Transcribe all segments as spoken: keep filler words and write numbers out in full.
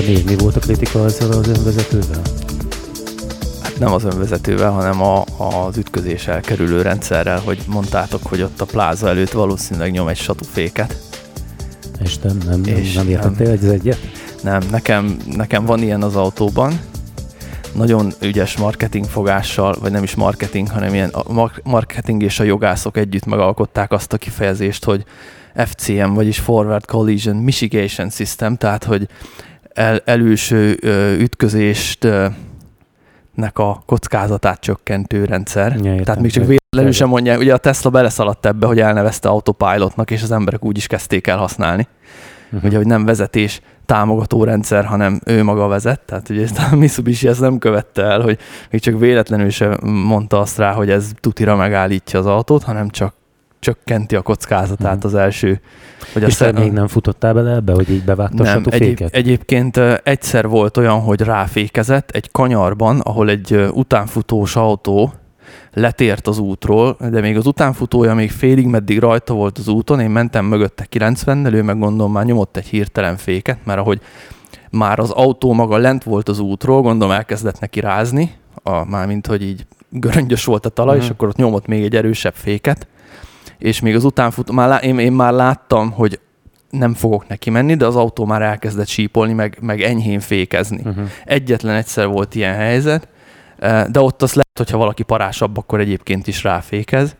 még mi volt a kritika ezzel az önvezetővel? Hát nem az önvezetővel, hanem a, az ütközés elkerülő rendszerrel, hogy mondtátok, hogy ott a pláza előtt valószínűleg nyom egy satúféket. És nem, nem, nem, nem értettél egy egyet? Nem, nekem, nekem van ilyen az autóban. Nagyon ügyes marketingfogással, vagy nem is marketing, hanem ilyen a marketing és a jogászok együtt megalkották azt a kifejezést, hogy ef cé em, vagyis Forward Collision Mitigation System, tehát hogy el, előső ö, ütközést ö, nek a kockázatát csökkentő rendszer. Ja, értem, tehát még csak véletlenül sem mondják, ugye a Tesla beleszaladt ebbe, hogy elnevezte autopilotnak, és az emberek úgy is kezdték el használni. Uh-huh. Ugye, hogy nem vezetés támogató rendszer, hanem ő maga vezet. Tehát ugye ezt a Mitsubishi ezt nem követte el, hogy még csak véletlenül sem mondta azt rá, hogy ez tutira megállítja az autót, hanem csak csökkenti a kockázatát uh-huh. az első. Hogy és te még nem futottál bele ebbe, hogy így bevágtassatok féket? Egyéb, egyébként egyszer volt olyan, hogy ráfékezett egy kanyarban, ahol egy utánfutós autó letért az útról, de még az utánfutója még félig meddig rajta volt az úton, én mentem mögötte kilencvennel, ő meg gondolom már nyomott egy hirtelen féket, mert ahogy már az autó maga lent volt az útról, gondolom elkezdett neki rázni, a, mármint hogy így göröngyös volt a talaj, uh-huh. és akkor ott nyomott még egy erősebb féket, és még az utánfutó, már, én, én már láttam, hogy nem fogok neki menni, de az autó már elkezdett sípolni, meg, meg enyhén fékezni. Uh-huh. Egyetlen egyszer volt ilyen helyzet, de ott az lehet, hogyha valaki parásabb, akkor egyébként is ráfékez.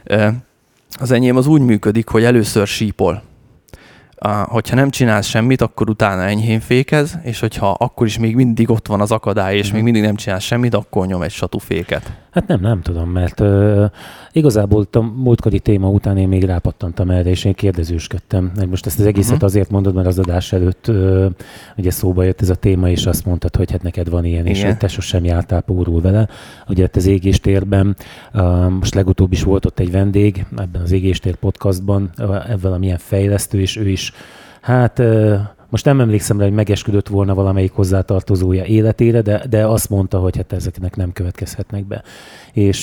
Az enyém az úgy működik, hogy először sípol. Hogyha nem csinálsz semmit, akkor utána enyhén fékez, és hogyha akkor is még mindig ott van az akadály, és mm. még mindig nem csinálsz semmit, akkor nyom egy satúféket. Hát nem, nem tudom, mert uh, igazából a múltkori téma után én még rápattantam erre, és én kérdezősködtem. Most ezt az egészet uh-huh. azért mondod, mert az adás előtt uh, ugye szóba jött ez a téma, és azt mondtad, hogy hát neked van ilyen, igen. és hogy te sosem jártál pórul vele. Ugye hát az égéstérben, uh, most legutóbb is volt ott egy vendég, ebben az égéstér podcastban, uh, ebben valamilyen fejlesztő, és ő is, hát... Uh, Most nem emlékszem rá, hogy megesküdött volna valamelyik hozzátartozója életére, de, de azt mondta, hogy hát ezeknek nem következhetnek be. És,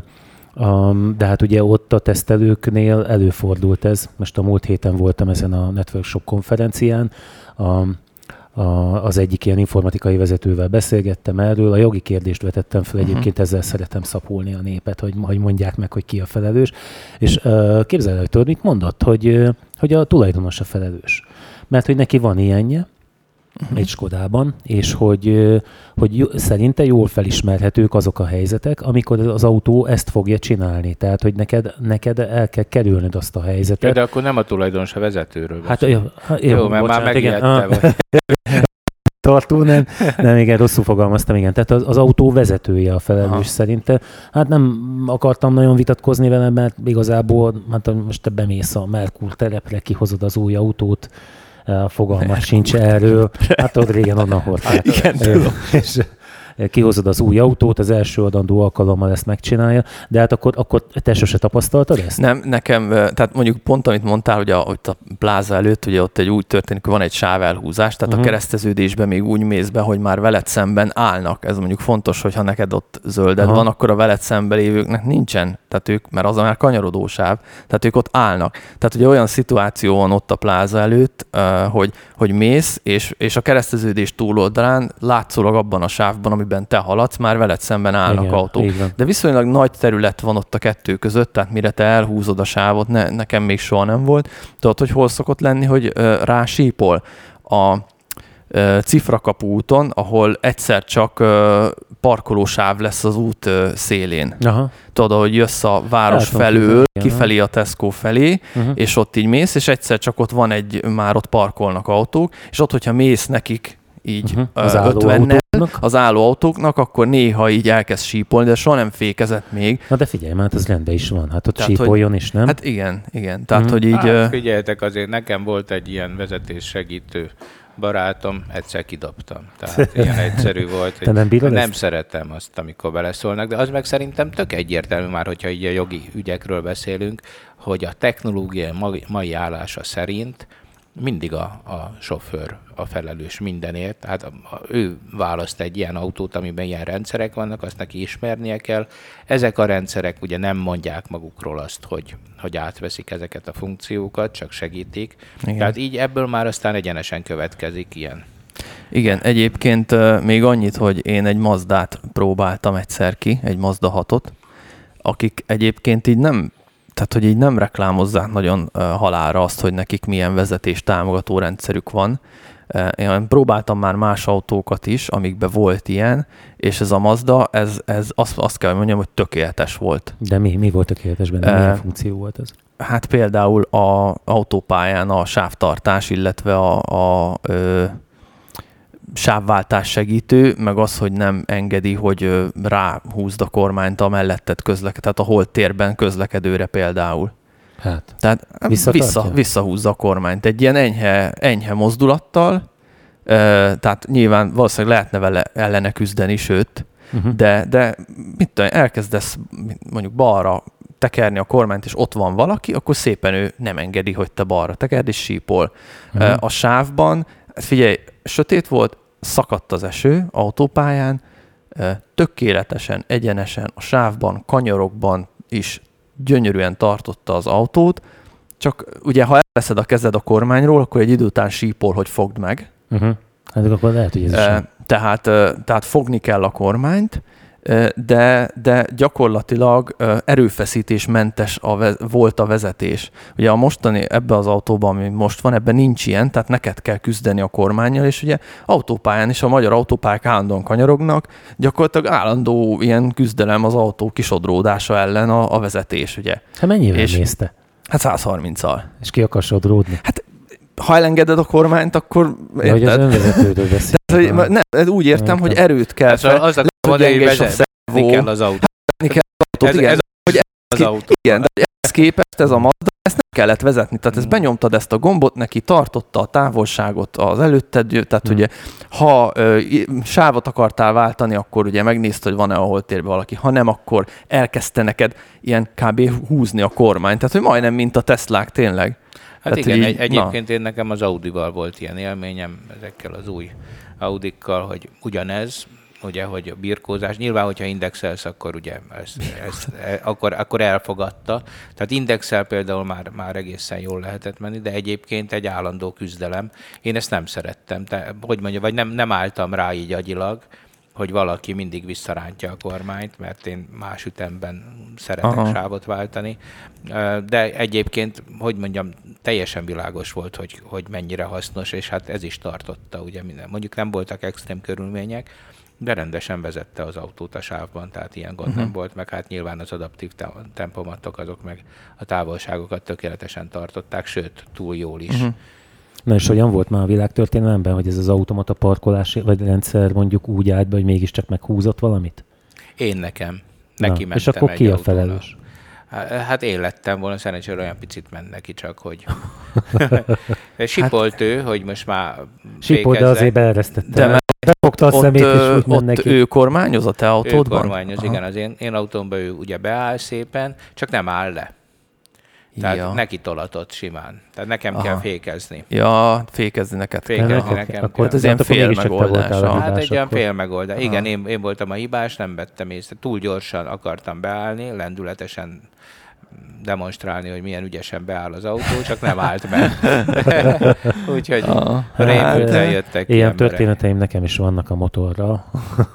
um, de hát ugye ott a tesztelőknél előfordult ez. Most a múlt héten voltam ezen a Network Shop konferencián, a, a, az egyik ilyen informatikai vezetővel beszélgettem erről, a jogi kérdést vetettem fel, egyébként uh-huh. ezzel szeretem szapulni a népet, hogy, hogy mondják meg, hogy ki a felelős. És uh, képzeld el, hogy tudod, mit mondott, hogy, hogy a tulajdonos a felelős. Mert hogy neki van ilyenje, uh-huh. egy Skodában, és hogy, hogy szerinte jól felismerhetők azok a helyzetek, amikor az autó ezt fogja csinálni. Tehát, hogy neked, neked el kell kerülned azt a helyzetet. Ja, de akkor nem a tulajdonos, a vezetőről. Hát, jó, jó, jó, mert bocsánat, már megijedtem. Tartó, nem, nem, igen, rosszul fogalmaztam, igen. Tehát az, az autó vezetője a felelős Aha. szerinte. Hát nem akartam nagyon vitatkozni vele, mert igazából hát most te bemész a Merkur telepre, kihozod az új autót, fogalmat sincs erről. Hát ott régen onnan hordták. Igen, tudom. És kihozod az új autót, az első adandó alkalommal ezt megcsinálja, de hát akkor, akkor te sose tapasztaltad ezt? Nem, nekem, tehát mondjuk pont amit mondtál, hogy a, ott a pláza előtt, ugye ott egy úgy történik, hogy van egy sávelhúzás, tehát uh-huh. a kereszteződésben még úgy mész be, hogy már veled szemben állnak. Ez mondjuk fontos, hogyha neked ott zölded Aha. van, akkor a veled szemben lévőknek nincsen, tehát ők, mert az a már kanyarodó sáv, tehát ők ott állnak. Tehát ugye olyan szituáció van ott a pláza előtt, hogy, hogy mész, és, és a kereszteződés túloldalán látszólag abban a sávban, amiben te haladsz, már veled szemben állnak Igen, autók. De viszonylag nagy terület van ott a kettő között, tehát mire te elhúzod a sávot, ne, nekem még soha nem volt. Tudod, hogy hol szokott lenni, hogy uh, rásípol a uh, Cifrakapu úton, ahol egyszer csak uh, parkolósáv lesz az út uh, szélén. Aha. Tudod, hogy jössz a város hát, felől, kifelé a Tesco felé, uh-huh. és ott így mész, és egyszer csak ott van egy, már ott parkolnak autók, és ott, hogyha mész nekik így uh-huh. az ötvennel, az álló autóknak, akkor néha így elkezd sípolni, de soha nem fékezett még. Na de figyelj, mert az rendben is van. Hát ott tehát, sípoljon hogy, is, nem? Hát igen, igen. Tehát, uh-huh. hogy így... Hát, figyeljetek, azért nekem volt egy ilyen vezetéssegítő barátom, egyszer kidobtam. Tehát ilyen egyszerű volt, hogy nem, nem szeretem azt, amikor beleszólnak, de az meg szerintem tök egyértelmű már, hogyha így a jogi ügyekről beszélünk, hogy a technológia mai állása szerint mindig a, a sofőr a felelős mindenért. Tehát a, a, ő választ egy ilyen autót, amiben ilyen rendszerek vannak, azt neki ismernie kell. Ezek a rendszerek ugye nem mondják magukról azt, hogy, hogy átveszik ezeket a funkciókat, csak segítik. Igen. Tehát így ebből már aztán egyenesen következik ilyen. Igen, egyébként még annyit, hogy én egy Mazdát próbáltam egyszer ki, egy Mazda hatot, akik egyébként így nem, tehát hogy így nem reklámozzák nagyon halálra azt, hogy nekik milyen vezetés támogató rendszerük van. Én próbáltam már más autókat is, amikben volt ilyen, és ez a Mazda, ez, ez azt, azt kell mondjam, hogy tökéletes volt. De mi, mi volt tökéletes benne? Uh, milyen funkció volt ez? Hát például a autópályán a sávtartás, illetve a, a ö, sávváltás segítő, meg az, hogy nem engedi, hogy ráhúzd a kormányt a melletted közlekedő, tehát a holttérben közlekedőre például. Hát, tehát vissza, visszahúzza a kormányt. Egy ilyen enyhe, enyhe mozdulattal, tehát nyilván valószínűleg lehetne vele ellene küzdeni, sőt, uh-huh. de, de mit tudom, elkezdesz mondjuk balra tekerni a kormányt, és ott van valaki, akkor szépen ő nem engedi, hogy te balra tekerd, és sípol. Uh-huh. A sávban, figyelj, sötét volt, szakadt az eső autópályán, tökéletesen, egyenesen a sávban, kanyarokban is gyönyörűen tartotta az autót, csak ugye ha elveszed a kezed a kormányról, akkor egy idő után sípol, hogy fogd meg. Uh-huh. Hát akkor lehet, hogy ez is tehát, tehát fogni kell a kormányt, de, de gyakorlatilag erőfeszítésmentes a, volt a vezetés. Ugye a mostani, ebben az autóban, ami most van, ebben nincs ilyen, tehát neked kell küzdeni a kormánnyal, és ugye autópályán is a magyar autópályák állandóan kanyarognak, gyakorlatilag állandó ilyen küzdelem az autó kisodródása ellen a, a vezetés, ugye. Hát mennyivel és, nézte? Hát száz harminccal. És ki akar sodródni? Hát ha elengeded a kormányt, akkor... Ja, hogy az önvezetődő beszél. Tehát, nem, úgy értem, értem, hogy erőt kell... Hát, az a modell, hogy vezetni kell az autót. Kell az autót, ez, igen. Ez, hogy az ez, autó. Igen, de ehhez képest ez a Mazda, ezt nem kellett vezetni. Tehát ezt benyomtad ezt a gombot, neki tartotta a távolságot az előtted, tehát hmm. ugye, ha ö, sávot akartál váltani, akkor ugye megnézted, hogy van-e a holttérben valaki. Ha nem, akkor elkezdte neked ilyen kb. Húzni a kormányt. Tehát, hogy majdnem, mint a Teslák tényleg. Hát tehát, igen, így, egy, egyébként én nekem az Audival volt ilyen élményem, ezekkel az új Audikkal, hogy ugyanez, ugye, hogy a birkózás, nyilván, hogyha indexelsz, akkor ugye ezt, ezt, akkor, akkor elfogadta. Tehát indexel például már, már egészen jól lehetett menni, de egyébként egy állandó küzdelem. Én ezt nem szerettem, te, hogy mondja, vagy nem, nem álltam rá így agyilag, hogy valaki mindig visszarántja a kormányt, mert én más ütemben szeretek Aha. sávot váltani. De egyébként, hogy mondjam, teljesen világos volt, hogy, hogy mennyire hasznos, és hát ez is tartotta, ugye minden. Mondjuk nem voltak extrém körülmények, de rendesen vezette az autót a sávban, tehát ilyen gond uh-huh. nem volt, meg hát nyilván az adaptív tempomatok azok meg a távolságokat tökéletesen tartották, sőt, túl jól is. Uh-huh. Na és hogyan volt már a világtörténelemben, hogy ez az automata parkolási vagy rendszer mondjuk úgy állt be, hogy mégiscsak meghúzott valamit? Én nekem. Neki mentem. És akkor ki a felelős? Hát én lettem volna, szerencsére olyan picit ment neki csak, hogy sipolt hát, ő, hogy most már sipolt, de azért beeresztette. De befogta a szemét, és úgy ment neki. Ő kormányoz a te autódban? Ő kormányoz, Aha. igen. Az én, én autómban ő ugye beáll szépen, csak nem áll le. Tehát ja. neki tolatott simán. Tehát nekem Aha. kell fékezni. Ja, fékezni neked. Fékezni okay. nekem Akkor ez ilyen fél megoldás. Hát egy olyan fél megoldás. Igen, én, én voltam a hibás, nem vettem észre. Túl gyorsan akartam beállni, lendületesen demonstrálni, hogy milyen ügyesen beáll az autó, csak nem állt be. Úgyhogy rémülten jöttek ki Ilyen emberek. történeteim nekem is vannak a motorral.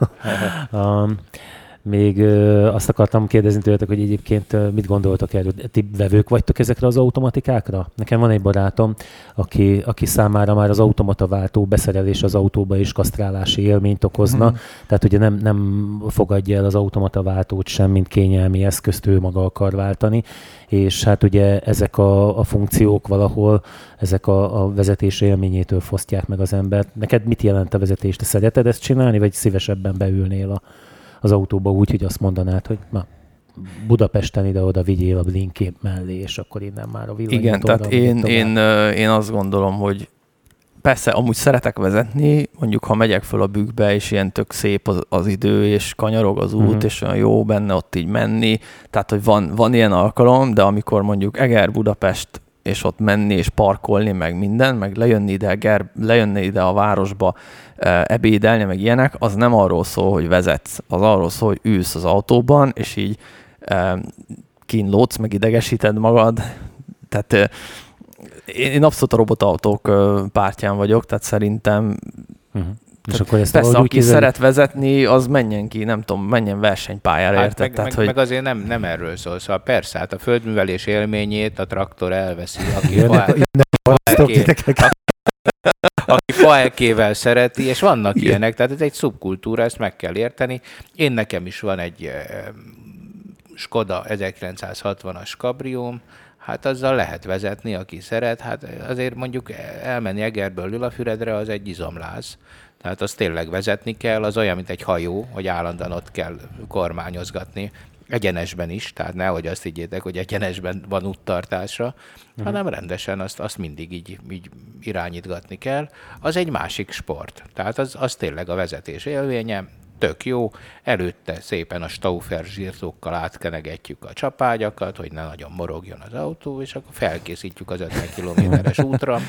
um, Még ö, azt akartam kérdezni tőletek, hogy egyébként ö, mit gondoltok erről? Ti vevők vagytok ezekre az automatikákra? Nekem van egy barátom, aki, aki számára már az automata váltó beszerelés az autóba is kasztrálási élményt okozna. Mm. Tehát ugye nem, nem fogadja el az automata váltót sem, mint kényelmi eszközt ő maga akar váltani. És hát ugye ezek a, a funkciók valahol, ezek a, a vezetés élményétől fosztják meg az embert. Neked mit jelent a vezetés? Te szereted ezt csinálni, vagy szívesebben beülnél a az autóba úgy, hogy azt mondanád, hogy na, Budapesten ide-oda vigyél a Blinkép mellé, és akkor innen már a villanyító. Igen, tehát én, én, én azt gondolom, hogy persze, amúgy szeretek vezetni, mondjuk ha megyek föl a bükkbe, és ilyen tök szép az, az idő, és kanyarog az út, uh-huh. és olyan jó benne ott így menni, tehát hogy van, van ilyen alkalom, de amikor mondjuk Eger-Budapest, és ott menni, és parkolni, meg minden, meg lejönni ide, ger, lejönni ide a városba, e, ebédelni, meg ilyenek, az nem arról szól, hogy vezetsz, az arról szól, hogy ülsz az autóban, és így e, kínlódsz, meg idegesíted magad. Tehát e, én, én abszolút a robotautók pártján vagyok, tehát szerintem Uh-huh. És akkor ezt persze, aki kézzel... szeret vezetni, az menjen ki, nem tudom, menjen versenypályára, hát érted? Meg, Tehát, meg, hogy... meg azért nem, nem erről szól. Szóval persze, hát a földművelés élményét a traktor elveszi, aki faelkével, aki faelkével szereti, és vannak igen. ilyenek, tehát ez egy szubkultúra, ezt meg kell érteni. Én nekem is van egy uh, Skoda ezerkilencszázhatvanas kabrióm, hát azzal lehet vezetni, aki szeret, hát azért mondjuk elmenni Egerből Lilafüredre, az egy izomláz. Tehát azt tényleg vezetni kell, az olyan, mint egy hajó, hogy állandóan ott kell kormányozgatni, egyenesben is, tehát nehogy azt higgyétek, hogy egyenesben van úttartásra, uh-huh. hanem rendesen azt, azt mindig így, így irányítgatni kell. Az egy másik sport, tehát az, az tényleg a vezetés élménye, tök jó, előtte szépen a Stauffer zsírtókkal átkenegetjük a csapágyakat, hogy ne nagyon morogjon az autó, és akkor felkészítjük az ötven kilométeres útra.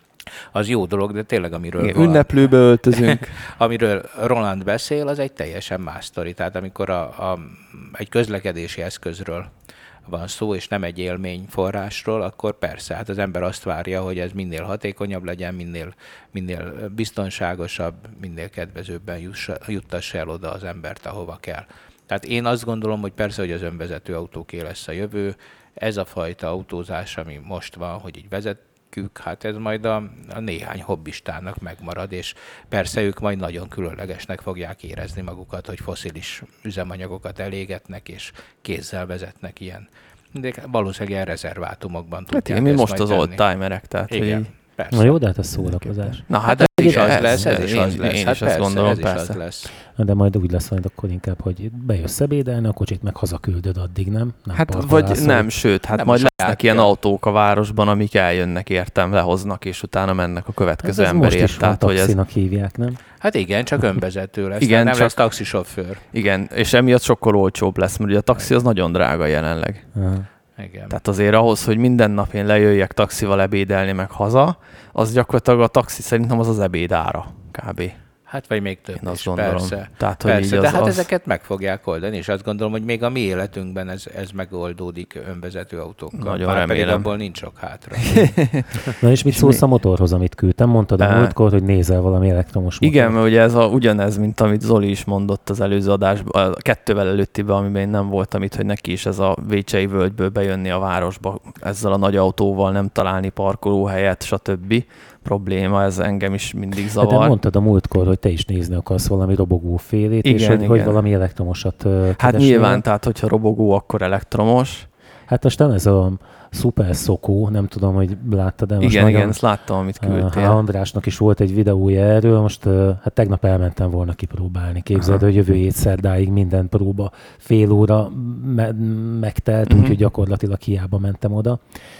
Az jó dolog, de tényleg amiről... Igen, ünneplőbe öltözünk. Amiről Roland beszél, az egy teljesen más sztori. Tehát amikor a, a, egy közlekedési eszközről van szó, és nem egy élményforrásról, akkor persze, hát az ember azt várja, hogy ez minél hatékonyabb legyen, minél, minél biztonságosabb, minél kedvezőbben jussa, juttassa el oda az embert, ahova kell. Tehát én azt gondolom, hogy persze, hogy az önvezető autóké lesz a jövő. Ez a fajta autózás, ami most van, hogy így vezet, hát ez majd a, a néhány hobbistának megmarad, és persze ők majd nagyon különlegesnek fogják érezni magukat, hogy fosszilis üzemanyagokat elégetnek, és kézzel vezetnek ilyen. De valószínűleg ilyen rezervátumokban tudják hát igen, mi most az tenni. old-timerek, tehát igen, hogy... persze. Na jó, de hát ez szórakozás. Na hát, hát hát ez is az ez, lesz, ez ez, is én, az lesz. Én hát is persze, ezt gondolom, ez persze. is az lesz. De majd úgy lesz majd akkor inkább, hogy bejössz ebédelni, a kocsit meg hazaküldöd addig, nem? nem hát vagy parkolálsz, nem, sőt, hát nem majd saját lesznek ilyen kell. autók a városban, amik eljönnek értem, lehoznak, és utána mennek a következő ez emberért. most is van, Tehát, hogy ez, taxinak hívják, nem? Hát igen, csak önvezető lesz, Igen, nem csak- lesz taxisofőr. igen, és emiatt sokkal olcsóbb lesz, mert ugye a taxi az nagyon drága jelenleg. Aha. Igen. Tehát azért ahhoz, hogy minden nap én lejöjjek taxival ebédelni meg haza, az gyakorlatilag a taxi szerintem az az ebéd ára kb. Hát vagy még több Én azt is, gondolom. persze. Tehát, hogy Persze, így de az, hát az... ezeket meg fogják oldani, és azt gondolom, hogy még a mi életünkben ez, ez megoldódik önvezető autókkal. Nagyon Már pedig remélem. abból nincs sok hátra. Na és mit És szólsz mi- a motorhoz, amit küldtem? Mondtad a Á. múltkor, hogy nézel valami elektromos motor. Igen, mert ugye ez a, ugyanez, mint amit Zoli is mondott az előző adásban, a kettővel előttiben, amiben én nem voltam itt, hogy neki is ez a Vécsei völgyből bejönni a városba ezzel a nagy autóval, nem találni parkolóhelyet, stb. Probléma, ez engem is mindig De zavar. mondtad a múltkor, hogy te is nézni akarsz valami robogó félét, Igen, és hogy, hogy igen. valami elektromosat ö, Hát keresnél. nyilván, tehát hogyha robogó, akkor elektromos. Hát most ez a szuper szokó, nem tudom, hogy láttad, de most Igen, nagyon, igen, ezt láttam, amit uh, küldtél. Andrásnak is volt egy videója erről, most uh, hát tegnap elmentem volna kipróbálni. Képzeld, Aha. hogy jövő hét szerdáig minden próba fél óra me- megtelt, Mhm. úgyhogy gyakorlatilag hiába mentem oda.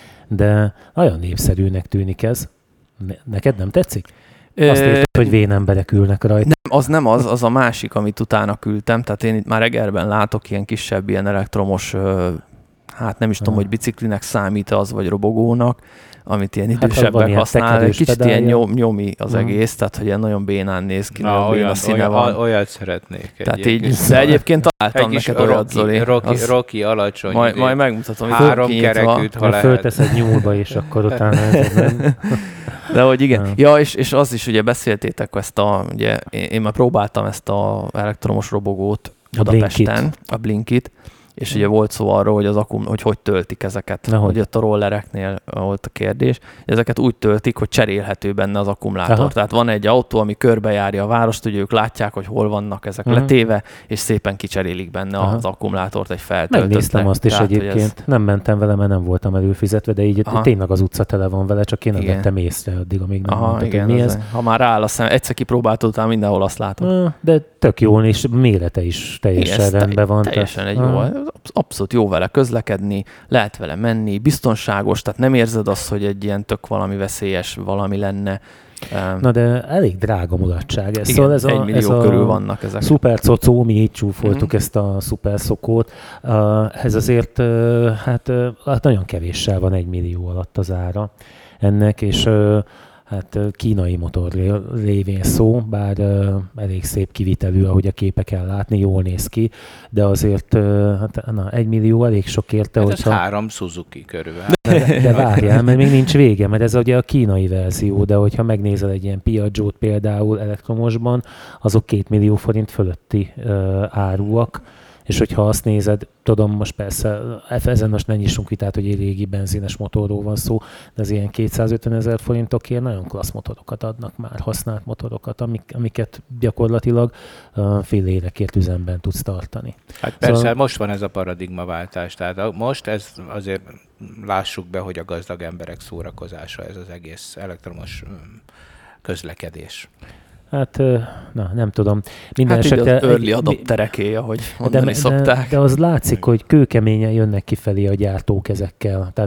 De nagyon népszerűnek tűnik ez. Ne- neked nem tetszik? Azt Ö, írtad, hogy vén emberek ülnek rajta. Nem, az nem az, az a másik, amit utána küldtem. Tehát én itt már Egerben látok ilyen kisebb, ilyen elektromos, ö, hát nem is tudom, Ah. hogy biciklinek számít az, vagy robogónak, amit ilyen Hát, van idősebbek ilyen használ. tekerős Kicsit ilyen pedálja. nyom, nyomi az Ah. egész, tehát hogy ilyen nagyon bénán néz ki, Na, nagyon béna olyan, színe olyan, van. olyat szeretnék. Tehát egy így, kis- de egyébként találtam egy kis neked olyat, Zoli. Rocky, Rocky, Az- Rocky alacsony. Majd, izé, majd megmutatom, hogy három kinyitva. kerekűt, ha Mert lehet. fölteszed nyúlba, és akkor utána ez nem. De hogy igen. Ja. Ja, és, és az is ugye beszéltétek ezt a, ugye én, én már próbáltam ezt a elektromos robogót A Budapesten, Blinkit. a Blinkit, és ugye volt szó arról, hogy az akum, hogy hogy töltik ezeket. Na, hogy? Hogy ott a rollereknél volt a kérdés. Ezeket úgy töltik, hogy cserélhető benne az akkumulátor. Aha. Tehát van egy autó, ami körbejárja a várost, ugye ők látják, hogy hol vannak ezek Mhm. letéve, és szépen kicserélik benne Aha. az akkumulátort egy feltöltöttre. Megnéztem azt is Tehát, hogy egyébként. Nem mentem vele, mert nem voltam előfizetve, de így Aha. tényleg az utca tele van vele, csak én nem Igen. vettem észre addig, amíg nem Aha, mondtad, igen, hogy mi az- ez. ha már áll a szem, egyszer kipróbáltad, utána mindenhol azt látom. Ah, de tök jól, és mérete is teljesen ez te- rendben van. Teljesen egy tehát- jó, Ah. abszolút jó vele közlekedni, lehet vele menni, biztonságos, tehát nem érzed azt, hogy egy ilyen tök valami veszélyes valami lenne. Em, Na de elég drága mulatság ez. igen, Szóval ez egy a, millió ez a körül vannak ezek. szuper cocó, mi így csúfoltuk Mhm. ezt a szuper szokót. Uh, ez azért uh, hát, uh, hát nagyon kevéssel van egy millió alatt az ára ennek, és uh, hát kínai motor révén szó, bár uh, elég szép kivitelű, ahogy a képeken látni, jól néz ki, de azért uh, hát, na, egy millió elég sok érte. Hát hogyha... ez három Suzuki körülbelül. De, de várjál, mert még nincs vége, mert ez ugye a kínai verzió, de hogyha megnézel egy ilyen Piaggio-t például elektromosban, azok két millió forint fölötti uh, áruak, és hogyha azt nézed, tudom, most persze ezen most ne nyissunk vitát, hogy egy régi benzines motorról van szó, de az ilyen kétszázötven ezer forintokért nagyon klassz motorokat adnak már, használt motorokat, amik, amiket gyakorlatilag uh, fél évekért üzemben tudsz tartani. Hát persze, szóval... most van ez a paradigmaváltás, tehát most ez azért lássuk be, hogy a gazdag emberek szórakozása ez az egész elektromos közlekedés. Hát, na, nem tudom. Minden hát esetre... az early adoptereké, ahogy mondani de, szokták. De, de az látszik, hogy kőkeményen jönnek kifelé a gyártók ezekkel. Tehát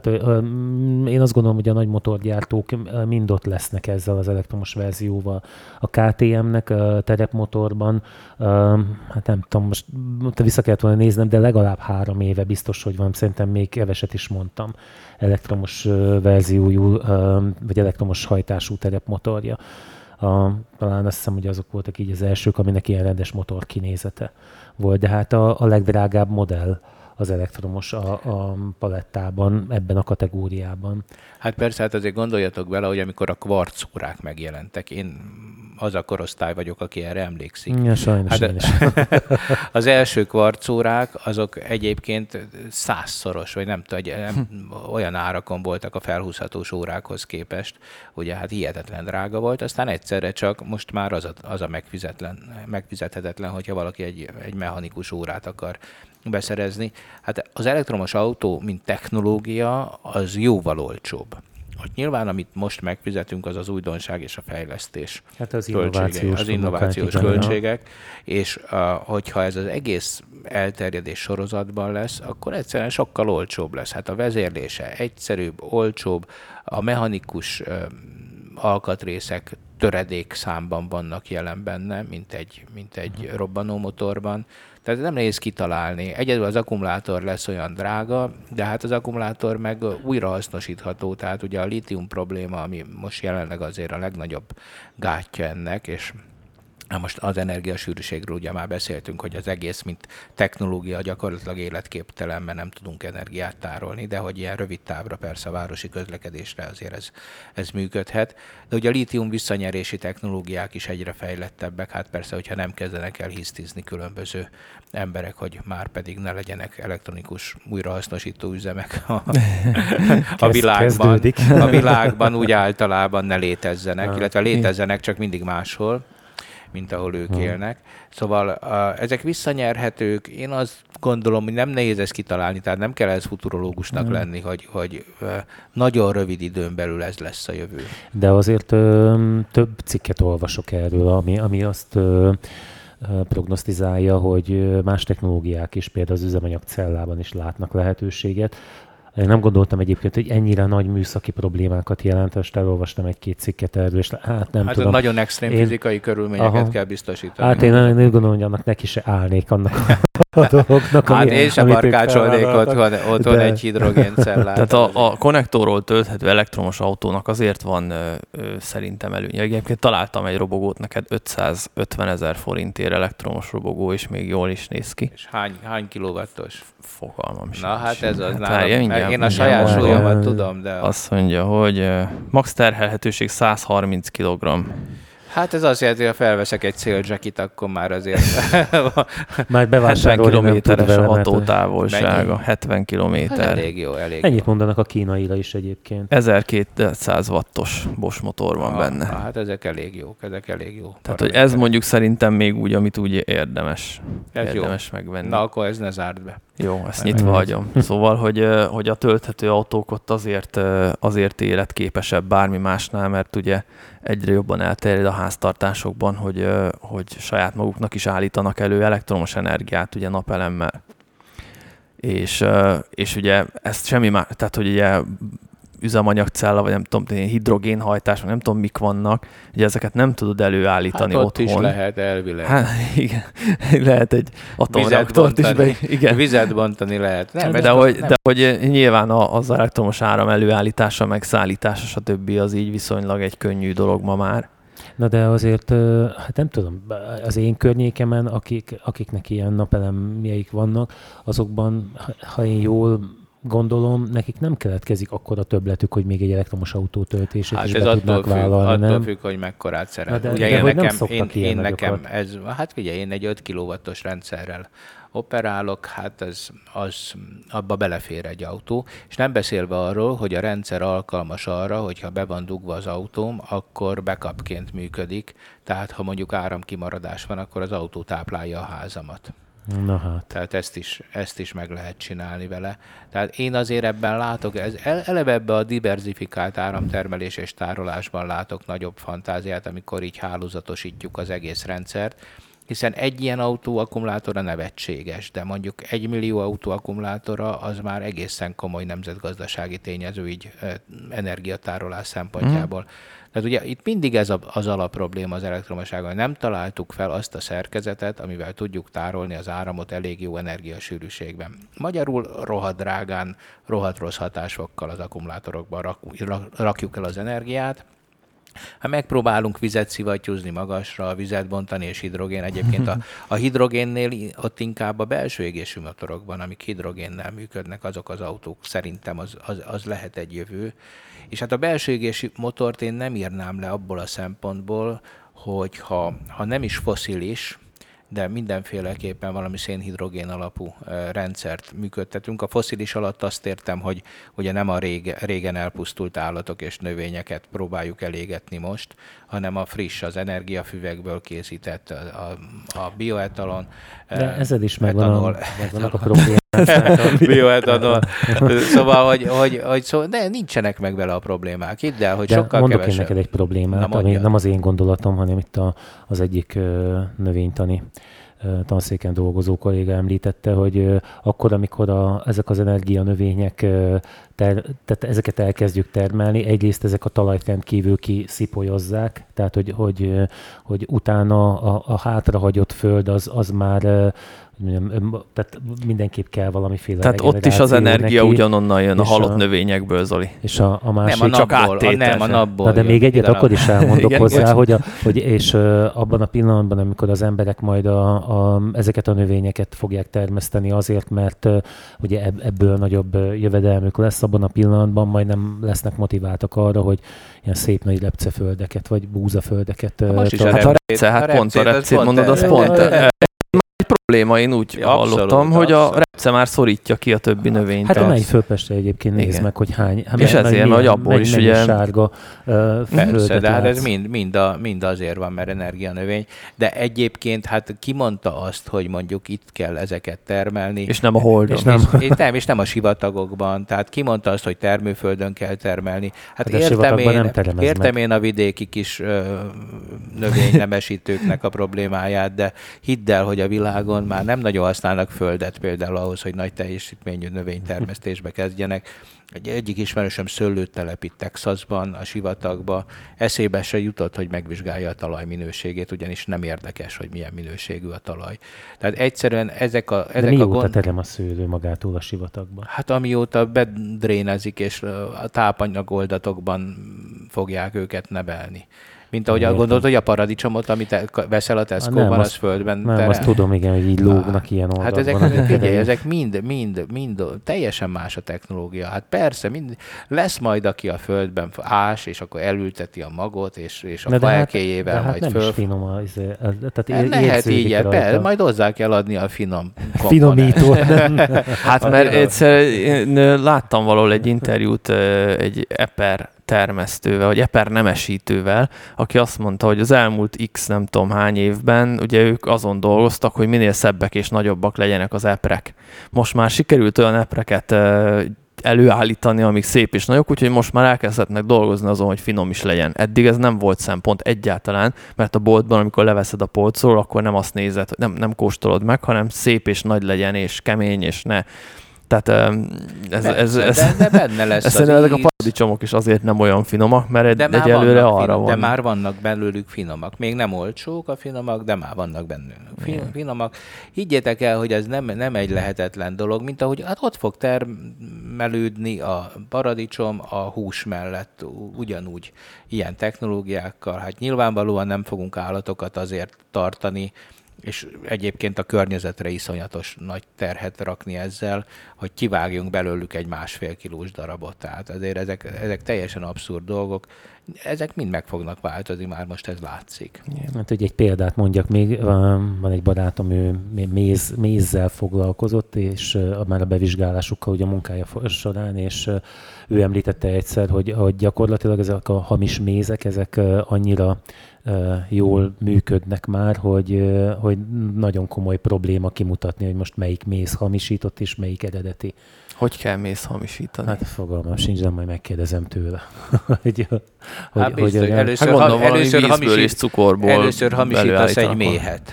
én azt gondolom, hogy a nagy motorgyártók mind ott lesznek ezzel az elektromos verzióval. A ká té em-nek a terepmotorban, hát nem tudom, most vissza kellett volna néznem, de legalább három éve biztos, hogy van. Szerintem még keveset is mondtam. Elektromos verziójú, vagy elektromos hajtású terepmotorja. A, talán azt hiszem, hogy azok voltak így az elsők, aminek ilyen rendes motor kinézete volt, de hát a, a legdrágább modell az elektromos a, a palettában, ebben a kategóriában. Hát persze, hát azért gondoljatok bele, hogy amikor a kvarcórák megjelentek, én az a korosztály vagyok, aki erre emlékszik. Ja, sajnos hát én is. Az első kvarcórák, azok egyébként százszoros, vagy nem tudom, olyan árakon voltak a felhúzhatós órákhoz képest, ugye hát hihetetlen drága volt, aztán egyszerre csak most már az a, az a megfizetlen, megfizethetetlen, hogyha valaki egy, egy mechanikus órát akar beszerezni. Hát az elektromos autó, mint technológia, az jóval olcsóbb. Hogy nyilván, amit most megfizetünk, az az újdonság és a fejlesztés. Hát az innovációs, az innovációs költségek, és uh, hogyha ez az egész elterjedés sorozatban lesz, akkor egyszerűen sokkal olcsóbb lesz. Hát a vezérlése egyszerűbb, olcsóbb, a mechanikus uh, alkatrészek töredék számban vannak jelen benne, mint egy, mint egy robbanómotorban. Tehát nem nehéz kitalálni. Egyedül az akkumulátor lesz olyan drága, de hát az akkumulátor meg újrahasznosítható. Tehát ugye a lítium probléma, ami most jelenleg azért a legnagyobb gátja ennek, és na most az energiasűrűségről ugye már beszéltünk, hogy az egész, mint technológia gyakorlatilag életképtelen, mert nem tudunk energiát tárolni, de hogy ilyen rövid távra persze a városi közlekedésre azért ez, ez működhet. De ugye a lítium visszanyerési technológiák is egyre fejlettebbek, hát persze, hogyha nem kezdenek el hisztizni különböző emberek, hogy már pedig ne legyenek elektronikus újrahasznosító üzemek a, a, világban, a világban úgy általában ne létezzenek, illetve létezzenek, csak mindig máshol, mint ahol ők hmm. élnek. Szóval uh, ezek visszanyerhetők. Én azt gondolom, hogy nem nehéz ezt kitalálni, tehát nem kell ez futurológusnak hmm. lenni, hogy, hogy uh, nagyon rövid időn belül ez lesz a jövő. De azért ö, több cikket olvasok erről, ami, ami azt ö, prognosztizálja, hogy más technológiák is, például az üzemanyag cellában is látnak lehetőséget. Én nem gondoltam egyébként, hogy ennyire nagy műszaki problémákat jelent, és elolvastam egy-két cikket erről, és hát nem hát tudom. nagyon extrém én... fizikai körülményeket Aha. kell biztosítani. Hát én nem gondolom, hogy annak neki se állnék annak a dolognak. Hát én sem barkácsolnék otthon, otthon de... egy hidrogéncellát. Tehát a, a konnektorról tölthető elektromos autónak azért van ö, ö, szerintem előnye. Egyébként találtam egy robogót neked ötszázötven ezer forintért elektromos robogó, és még jól is néz ki. És hány, hány kilowattos? Fogalmam sem. Na hát ez az hát nálam. Mindjárt, én a saját súlyomat tudom, de... Azt mondja, hogy uh, max terhelhetőség száz harminc kilogramm. Hát ez azt jelenti, hogy ha felveszek egy céljackit, akkor már azért... már hetven kilométeres a hatótávolsága. hetven kilométer. Hát elég jó, elég Ennyit jó. mondanak a kínaira is egyébként. ezerkétszáz wattos Bosch motor van ah, benne. Ah, hát ezek elég jók, ezek elég jó. Tehát, hogy ez mondjuk szerintem még úgy, amit úgy érdemes, ez érdemes jó. megvenni. Na, akkor ez ne zárd be. Jó, ezt nyitva hagyom. Szóval, hogy, hogy a tölthető autók ott azért, azért életképesebb bármi másnál, mert ugye egyre jobban elterjed a háztartásokban, hogy, hogy saját maguknak is állítanak elő elektromos energiát, ugye napelemmel. És, és ugye ezt semmi más, tehát hogy ugye üzemanyagcella, vagy nem tudom, hidrogénhajtás, vagy nem tudom, mik vannak, ugye ezeket nem tudod előállítani hát ott otthon. is lehet elvileg. Hát igen, lehet egy atomreaktort is be. Igen. Vizet bontani lehet. Nem, de, de, hogy, de hogy nyilván az elektromos áram előállítása, meg szállítása, stb. Az így viszonylag egy könnyű dolog ma már. Na de azért, hát nem tudom, az én környékemen, akik, akiknek ilyen napelemjeik vannak, azokban, ha én jól gondolom, nekik nem keletkezik akkora többletük, hogy még egy elektromos autó töltését hát is ez be attól tudnak függ, vállalni, attól nem? függ, hogy mekkorát szeret. De, ugye de én hogy nekem, nem én, én nekem nagyokat. ez, hát ugye én egy öt kilowattos rendszerrel operálok, hát az, az abba belefér egy autó, és nem beszélve arról, hogy a rendszer alkalmas arra, hogyha be van dugva az autóm, akkor backupként működik, tehát ha mondjuk áramkimaradás van, akkor az autó táplálja a házamat. Na hát. Tehát ezt is, ezt is meg lehet csinálni vele. Tehát én azért ebben látok, ez eleve ebbe a diversifikált áramtermelés és tárolásban látok nagyobb fantáziát, amikor így hálózatosítjuk az egész rendszert, hiszen egy ilyen autó akkumulátora nevetséges, de mondjuk egy millió autó akkumulátora az már egészen komoly nemzetgazdasági tényező így energiatárolás szempontjából. Mm. Tehát ugye itt mindig ez az alapprobléma az elektromosságon, nem találtuk fel azt a szerkezetet, amivel tudjuk tárolni az áramot elég jó energiasűrűségben. Magyarul rohadt drágán, rohadt rossz hatásfokkal az akkumulátorokban rak, rakjuk el az energiát. Hát megpróbálunk vizet szivattyúzni magasra, vizet bontani és hidrogén. Egyébként a, a hidrogénnél ott inkább a belső égésű motorokban, amik hidrogénnel működnek, azok az autók szerintem az, az, az lehet egy jövő. És hát a belső égésű motort én nem írnám le abból a szempontból, hogy ha, ha nem is fosszilis, de mindenféleképpen valami szénhidrogén alapú rendszert működtetünk. A fosszilis alatt azt értem, hogy ugye nem a rége, régen elpusztult állatok és növényeket próbáljuk elégetni most, hanem a friss, az energiafüvekből készített, a, a bioetalon. De ezzel is megvan etanol, a, megvannak a problémák. Bioetanol. Szóval, hogy, hogy, hogy szó, de nincsenek meg vele a problémák. Hidd el, hogy de sokkal mondok kevesebb. én neked egy problémát, ami nem az én gondolatom, hanem itt a, az egyik uh, növénytani uh, tanszéken dolgozó kolléga említette, hogy uh, akkor, amikor a, ezek az energianövények, uh, ter, tehát ezeket elkezdjük termelni, egyrészt ezek a talajt rendkívül kiszipolyozzák, tehát hogy, hogy, uh, hogy utána a, a hátrahagyott föld az, az már uh, mondjam, tehát mindenképp kell valamiféle tehát ott is az energia neki, ugyanonnan jön a halott a, növényekből, Zoli. És a, a másik... Nem a csak napból, a, nem a napból. Na, de még egyet igen, akkor is elmondok igen, hozzá, igen. hogy, a, hogy és uh, abban a pillanatban, amikor az emberek majd a, a, ezeket a növényeket fogják termeszteni azért, mert uh, ugye ebből nagyobb uh, jövedelmük lesz, abban a pillanatban majd nem lesznek motiváltak arra, hogy ilyen szép nagy repceföldeket, vagy búzaföldeket... Uh, most is a hát a repce, hát pont a repcét mondod, az pont... Egy probléma, én úgy ja, hallottam, abszolút, hogy abszolút. A repce már szorítja ki a többi növényt. Hát menj Fölpestre egyébként, nézd meg, hogy hány. Hát és ezért, mert abból is ugye... sárga uh, Persze, de hát ez mind, mind, a, mind azért van, mert energianövény. De egyébként hát ki mondta azt, hogy mondjuk itt kell ezeket termelni. És nem a holdon. És nem, és, nem, és nem a sivatagokban. Tehát ki mondta azt, hogy termőföldön kell termelni. Hát de értem, én, értem én a vidéki kis uh, növénynemesítőknek a problémáját, de hidd el, hogy a világon már nem nagyon használnak földet például ahhoz, hogy nagy teljesítményű növénytermesztésbe kezdjenek. Egy egyik ismerősöm szőlőt telepít Texasban, a sivatagba. Eszébe se jutott, hogy megvizsgálja a talaj minőségét, ugyanis nem érdekes, hogy milyen minőségű a talaj. Tehát egyszerűen ezek a ezek De mióta a gond... terem a szőlő magától a sivatagba? Hát amióta bedrénezik, és a tápanyagoldatokban fogják őket nevelni. Mint ahogy gondolod, hogy a paradicsomot, amit veszel a Tesco-ban, az földben Nem, terem. azt tudom, igen, hogy így lógnak ilyen oldalban. Hát ezek, ezek, figyelj, ezek mind, mind, mind, teljesen más a technológia. Hát persze, mind, lesz majd, aki a földben ás, és akkor elülteti a magot, és, és a faelkéjével hát, majd hát föl... nem is finom a... Tehát ér, lehet így, persze, majd hozzá kell adni a finom finomítót. Hát mert egyszer én láttam valahol egy interjút egy eper termesztővel, vagy eper nemesítővel, aki azt mondta, hogy az elmúlt x nem tudom hány évben, ugye ők azon dolgoztak, hogy minél szebbek és nagyobbak legyenek az eprek. Most már sikerült olyan epreket előállítani, amik szép és nagyok, úgyhogy most már elkezdhetnek dolgozni azon, hogy finom is legyen. Eddig ez nem volt szempont egyáltalán, mert a boltban, amikor leveszed a polcról, akkor nem azt nézed, nem, nem kóstolod meg, hanem szép és nagy legyen, és kemény, és ne Tehát ez, ez, ez, de, de benne lesz ez az ezek a íz. paradicsomok is azért nem olyan finomak, mert de egy, már egyelőre vannak arra finom, van. De már vannak belőlük finomak. Még nem olcsók a finomak, de már vannak bennük fin, finomak. Higgyétek el, hogy ez nem, nem egy lehetetlen dolog, mint ahogy hát ott fog termelődni a paradicsom a hús mellett ugyanúgy ilyen technológiákkal. Hát nyilvánvalóan nem fogunk állatokat azért tartani, és egyébként a környezetre iszonyatos nagy terhet rakni ezzel, hogy kivágjunk belőlük egy másfél kilós darabot. Tehát azért ezek, ezek teljesen abszurd dolgok. Ezek mind meg fognak változni, már most ez látszik. Igen, hát, hogy egy példát mondjak még, van egy barátom, ő méz, mézzel foglalkozott, és már a bevizsgálásukkal ugye a munkája során, és ő említette egyszer, hogy, hogy gyakorlatilag ezek a hamis mézek, ezek annyira jól működnek már, hogy, hogy nagyon komoly probléma kimutatni, hogy most melyik méz hamisított és melyik eredeti. Hogy kell méz hamisítani? Hát fogalmam sincs, de majd megkérdezem tőle. hogy, hogy, hát biztos, hogy először, hát gondolom, először, vízből hamisít, és cukorból először hamisítasz egy méhet.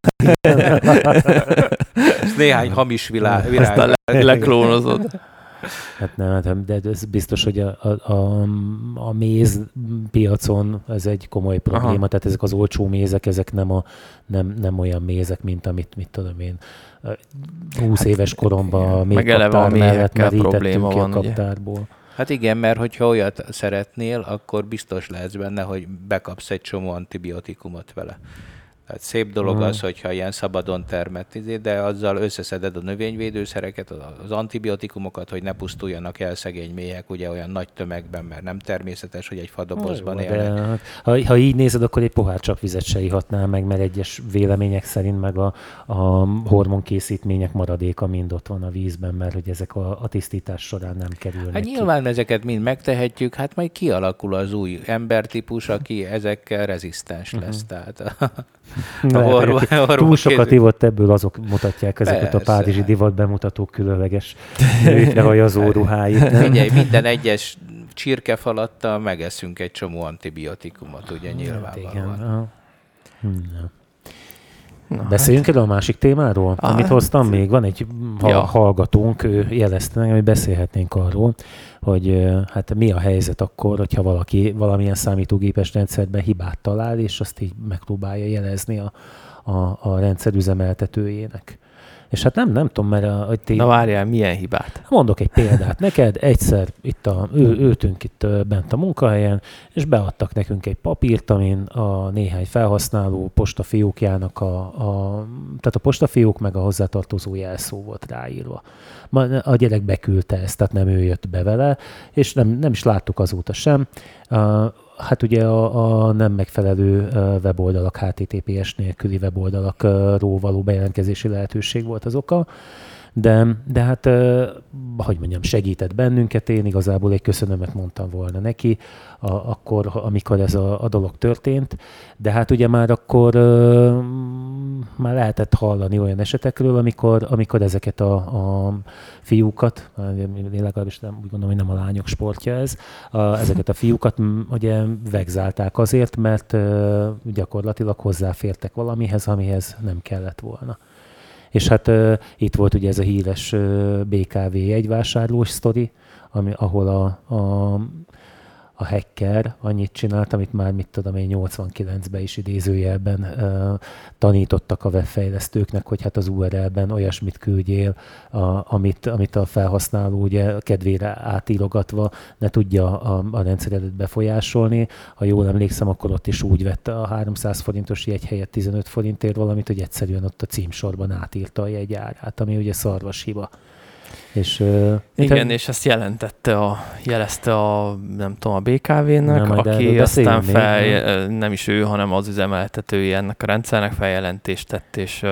Néhány hamis világ. Aztán le, leklónozod. Hát nem, de ez biztos, hogy a, a, a, a méz piacon ez egy komoly probléma, Aha. tehát ezek az olcsó mézek, ezek nem, a, nem, nem olyan mézek, mint amit, mit tudom én, húsz hát, éves koromban a méhkaptár mellett merítettünk ki a kaptárból. Ugye? Hát igen, mert hogyha olyat szeretnél, akkor biztos lehetsz benne, hogy bekapsz egy csomó antibiotikumot vele. Tehát szép dolog hmm. az, hogyha ilyen szabadon termett, de azzal összeszeded a növényvédőszereket, az antibiotikumokat, hogy ne pusztuljanak el szegény méhek, ugye olyan nagy tömegben, mert nem természetes, hogy egy fadobozban Jó, élnek. Ha, ha így nézed, akkor egy pohár csapvizet se ihatnál meg, mert egyes vélemények szerint meg a, a hormonkészítmények maradéka mind ott van a vízben, mert hogy ezek a, a tisztítás során nem kerülnek Hát ki. nyilván ezeket mind megtehetjük, hát majd kialakul az új embertípus, aki ezekkel rezisztens lesz. Uh-huh. Tehát Orvos, túl sokat ivott ebből, azok mutatják ezeket Persze. a párizsi divat bemutatók különleges lehajazó ruháit. Figyelj, minden egyes csirkefalattal megeszünk egy csomó antibiotikumot, ugye nyilvánvalóan. Na, Beszéljünk hát. erről a másik témáról, ah, amit hoztam hát. még. Van egy ja. hallgatónk, ő jelezte meg, hogy beszélhetnénk arról, hogy hát mi a helyzet akkor, hogyha valaki valamilyen számítógépes rendszerben hibát talál, és azt így megpróbálja jelezni a, a, a rendszer üzemeltetőjének. És hát nem, nem tudom, mert... A, hogy ti... Na várjál, milyen hibát? Mondok egy példát neked. Egyszer itt a, ő, ültünk itt bent a munkahelyen, és beadtak nekünk egy papírt, amin a néhány felhasználó postafiókjának a, a... Tehát a postafiók meg a hozzátartozó jelszó volt ráírva. A gyerek beküldte ezt, tehát nem ő jött be vele, és nem, nem is láttuk azóta sem. Hát ugye a, a nem megfelelő weboldalak, há té té pé es nélküli weboldalakról való bejelentkezési lehetőség volt az oka, de, de hát, hogy mondjam, segített bennünket, én igazából egy köszönömet mondtam volna neki, a, akkor, amikor ez a, a dolog történt, de hát ugye már akkor már lehetett hallani olyan esetekről, amikor, amikor ezeket a, a fiúkat, én legalábbis nem, úgy gondolom, hogy nem a lányok sportja ez, a, ezeket a fiúkat ugye vegzálták azért, mert gyakorlatilag hozzáfértek valamihez, amihez nem kellett volna. És hát uh, itt volt ugye ez a híres uh, bé ká vé jegyvásárlós sztori, ami, ahol a, a, a hacker annyit csinált, amit már mit tudom én nyolcvankilencben is idézőjelben uh, tanítottak a webfejlesztőknek, hogy hát az u er el-ben olyasmit küldjél, a, amit, amit a felhasználó ugye kedvére átírogatva ne tudja a, a rendszeredet befolyásolni. Ha jól emlékszem, akkor ott is úgy vette a háromszáz forintos jegy helyett tizenöt forintért valamit, hogy egyszerűen ott a címsorban átírta a jegy árát, ami ugye szarvas hiba. És, uh, Igen, te... és ezt jelentette a, jelezte a, nem tudom, a bé ká vé-nek, nem, aki aztán fel, még, nem is ő, hanem az üzemeltetője ennek a rendszernek feljelentést tett, és,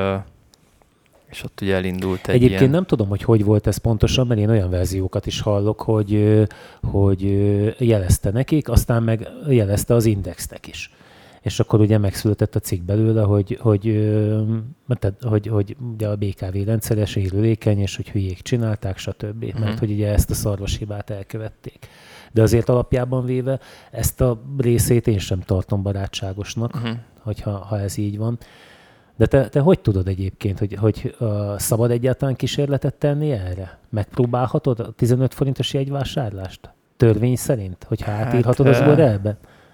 és ott ugye elindult egy Egyébként ilyen... nem tudom, hogy hogy volt ez pontosan, mert én olyan verziókat is hallok, hogy, hogy jelezte nekik, aztán meg jelezte az Indexnek is. És akkor ugye megszületett a cikk belőle, hogy, hogy, hogy, hogy, hogy ugye a bé ká vé rendszere sérülékeny, és hogy hülyék csinálták, stb. Mm. Mert hogy ugye ezt a szarvas hibát elkövették. De azért alapjában véve ezt a részét én sem tartom barátságosnak, mm. hogyha, ha ez így van. De te, te hogy tudod egyébként, hogy, hogy uh, szabad egyáltalán kísérletet tenni erre? Megpróbálhatod a tizenöt forintos jegyvásárlást? Törvény szerint? Hogyha Hát, átírhatod az u er el-be?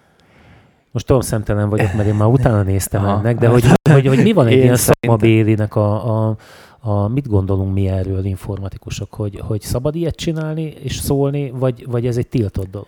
Most tudom, szemtelen vagyok, mert én már utána néztem Aha. ennek, de hogy, hogy, hogy mi van egy Én ilyen szerintem- szakmabélinek a, a, a... Mit gondolunk mi erről informatikusok? Hogy, hogy szabad ilyet csinálni és szólni, vagy, vagy ez egy tiltott dolog?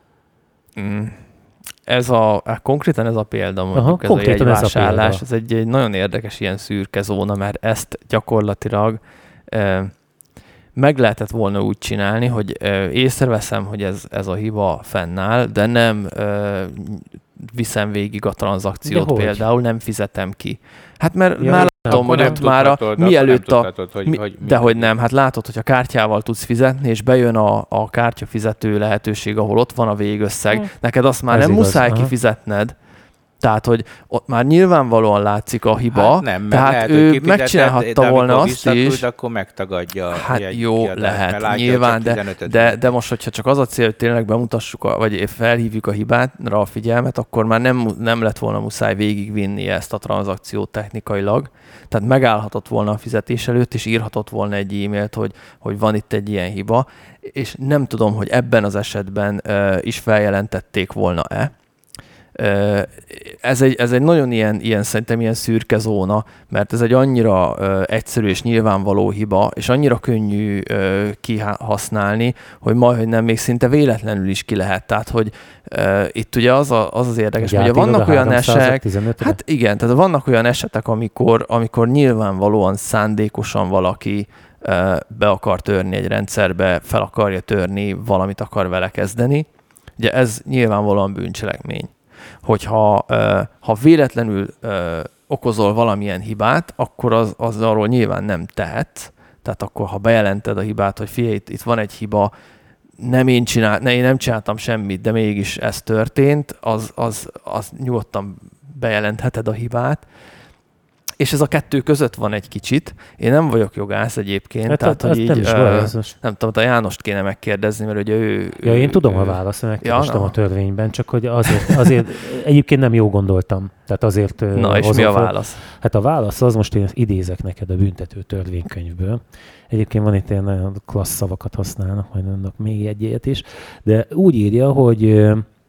Mm. Ez a, konkrétan ez a példa, mondjuk Aha, ez a konkrétan ez a jegyvásárlás, példa. ez egy, egy nagyon érdekes ilyen szürke zóna, mert ezt gyakorlatilag e, meg lehetett volna úgy csinálni, hogy e, észreveszem, hogy ez, ez a hiba fennáll, de nem e, viszem végig a tranzakciót, például nem fizetem ki. Hát mert Ja, már látom, Akkor hogy nem ott már a, tudhatod, mielőtt akkor a... nem tudhatod, hogy, Mi, hogy de hogy nem, hát látod, hogy a kártyával tudsz fizetni, és bejön a, a kártyafizető lehetőség, ahol ott van a végösszeg, Hm. neked azt már Ez nem igaz, muszáj aha. kifizetned. Tehát, hogy ott már nyilvánvalóan látszik a hiba, Hát nem, mert tehát lehet, ő hogy megcsinálhatta de volna amikor azt is. visszaküld, akkor megtagadja. Hát egy jó, kiadást, lehet, mert látja, nyilván, hogy csak de, tizenötöt de, van. de most, hogyha csak az a cél, hogy tényleg bemutassuk, a, vagy felhívjuk a hibára a figyelmet, akkor már nem, nem lett volna muszáj végigvinni ezt a tranzakciót technikailag. Tehát megállhatott volna a fizetés előtt, és írhatott volna egy e-mailt, hogy, hogy van itt egy ilyen hiba, és nem tudom, hogy ebben az esetben uh, is feljelentették volna-e. Uh, ez, egy, ez egy nagyon ilyen, ilyen, szerintem ilyen szürke zóna, mert ez egy annyira uh, egyszerű és nyilvánvaló hiba, és annyira könnyű uh, kihasználni, hogy majd nem még szinte véletlenül is ki lehet. Tehát, hogy uh, itt ugye az, a, az az érdekes, hogy vannak olyan esetek, hát igen, tehát vannak olyan esetek, amikor, amikor nyilvánvalóan szándékosan valaki uh, be akar törni egy rendszerbe, fel akarja törni, valamit akar vele kezdeni. Ugye ez nyilvánvalóan bűncselekmény. Hogyha ha véletlenül okozol valamilyen hibát, akkor az, az arról nyilván nem tehetsz. Tehát akkor, ha bejelented a hibát, hogy figyelj, itt, itt van egy hiba, nem én, csinál, ne, én nem csináltam semmit, de mégis ez történt, az, az, az nyugodtan bejelentheted a hibát. És ez a kettő között van egy kicsit. Én nem vagyok jogász egyébként, hát, tehát hát, hogy így, nem, is ö, most... nem tudom, a Jánost kéne megkérdezni, mert ugye ő... Ja, én ő, tudom ő, a választ, megkerestem ja, a törvényben, csak hogy azért, azért egyébként nem jó gondoltam. Tehát azért Na, és mi a fel. válasz? Hát a válasz az, most én idézek neked a büntető törvénykönyvből. Egyébként van itt ilyen nagyon klassz szavakat használnak, majd mondok még egy-egyet is, de úgy írja, hogy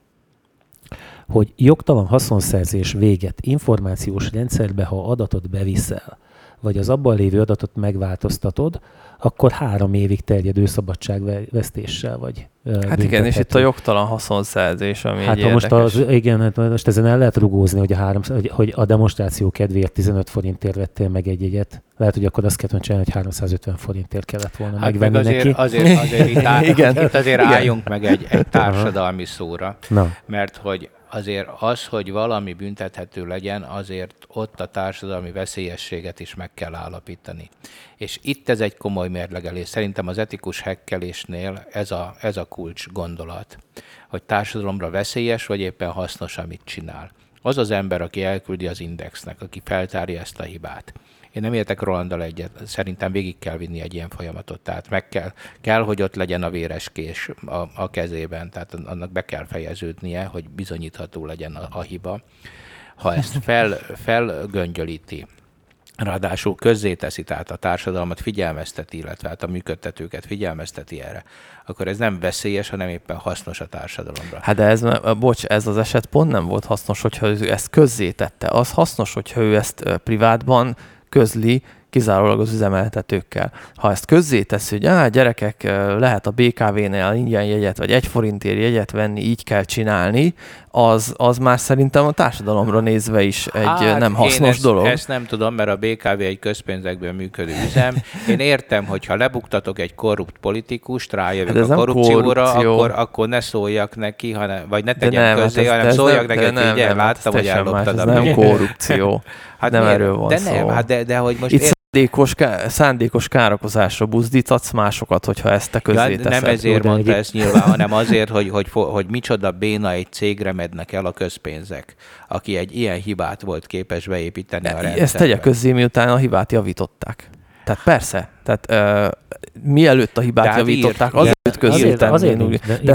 hogy jogtalan haszonszerzés véget információs rendszerbe, ha adatot beviszel, vagy az abban lévő adatot megváltoztatod, akkor három évig terjedő szabadságvesztéssel vagy Hát igen, és itt a jogtalan haszonszerzés, ami hát egy ha most az, érdekes. igen, hát most ezen el lehet rugózni, hogy a, három, hogy a demonstráció kedvéért tizenöt forintért vettél meg egy jegyet. Lehet, hogy akkor azt kellett csinálni, hogy háromszázötven forintért kellett volna hát megvenni meg azért, neki. Azért, azért itt, áll, Igen. itt azért Igen. álljunk meg egy, egy társadalmi szóra, Na. mert hogy azért az, hogy valami büntethető legyen, azért ott a társadalmi veszélyességet is meg kell állapítani. És itt ez egy komoly mérlegelés. Szerintem az etikus hekkelésnél ez a, ez a kulcs gondolat, hogy társadalomra veszélyes, vagy éppen hasznos, amit csinál. Az az ember, aki elküldi az Indexnek, aki feltárja ezt a hibát. Én nem értek Rolanddal egyet, szerintem végig kell vinni egy ilyen folyamatot, tehát meg kell, kell hogy ott legyen a véres kés a, a kezében, tehát annak be kell fejeződnie, hogy bizonyítható legyen a, a hiba. Ha ezt fel, felgöngyölíti, ráadásul közzéteszi, tehát a társadalmat figyelmezteti, illetve hát a működtetőket figyelmezteti erre, akkor ez nem veszélyes, hanem éppen hasznos a társadalomra. Hát de ez, bocs, ez az eset pont nem volt hasznos, hogyha ő ezt közzétette. Az hasznos, hogyha ő ezt privátban közli, kizárólag az üzemeltetőkkel. Ha ezt közzéteszi, hogy á, gyerekek, lehet a bé ká vé-nél ingyen jegyet, vagy egy forintért jegyet venni, így kell csinálni, az, az már szerintem a társadalomra nézve is egy hát, nem hasznos én ezt, dolog. ezt nem tudom, mert a bé ká vé egy közpénzekből működő üzem. Én értem, hogy ha lebuktatok egy korrupt politikust, rájövök hát a korrupcióra, akkor, akkor ne szóljak neki, hanem, vagy ne tegyem nem, közzé, hát ez, hanem szóljak neki, hogy figyelj, nem, láttam, hogy elloptad a nem még. korrupció. Hát nem miért? erről van de szó. Nem, hát de, de hogy most itt szándékos, szándékos károkozásra buzdítatsz másokat, hogyha ezt te közzé teszed. Nem ezért mondta ezt nyilván, hanem azért, hogy, hogy, hogy micsoda béna egy cégre mednek el a közpénzek, aki egy ilyen hibát volt képes beépíteni a rendszerbe. Ezt tegye közzé, miután a hibát javították. Tehát persze, tehát uh, mielőtt a hibát Tehát javították, írt, azért közzé tenni. Azért, azért, de, de, de szerintem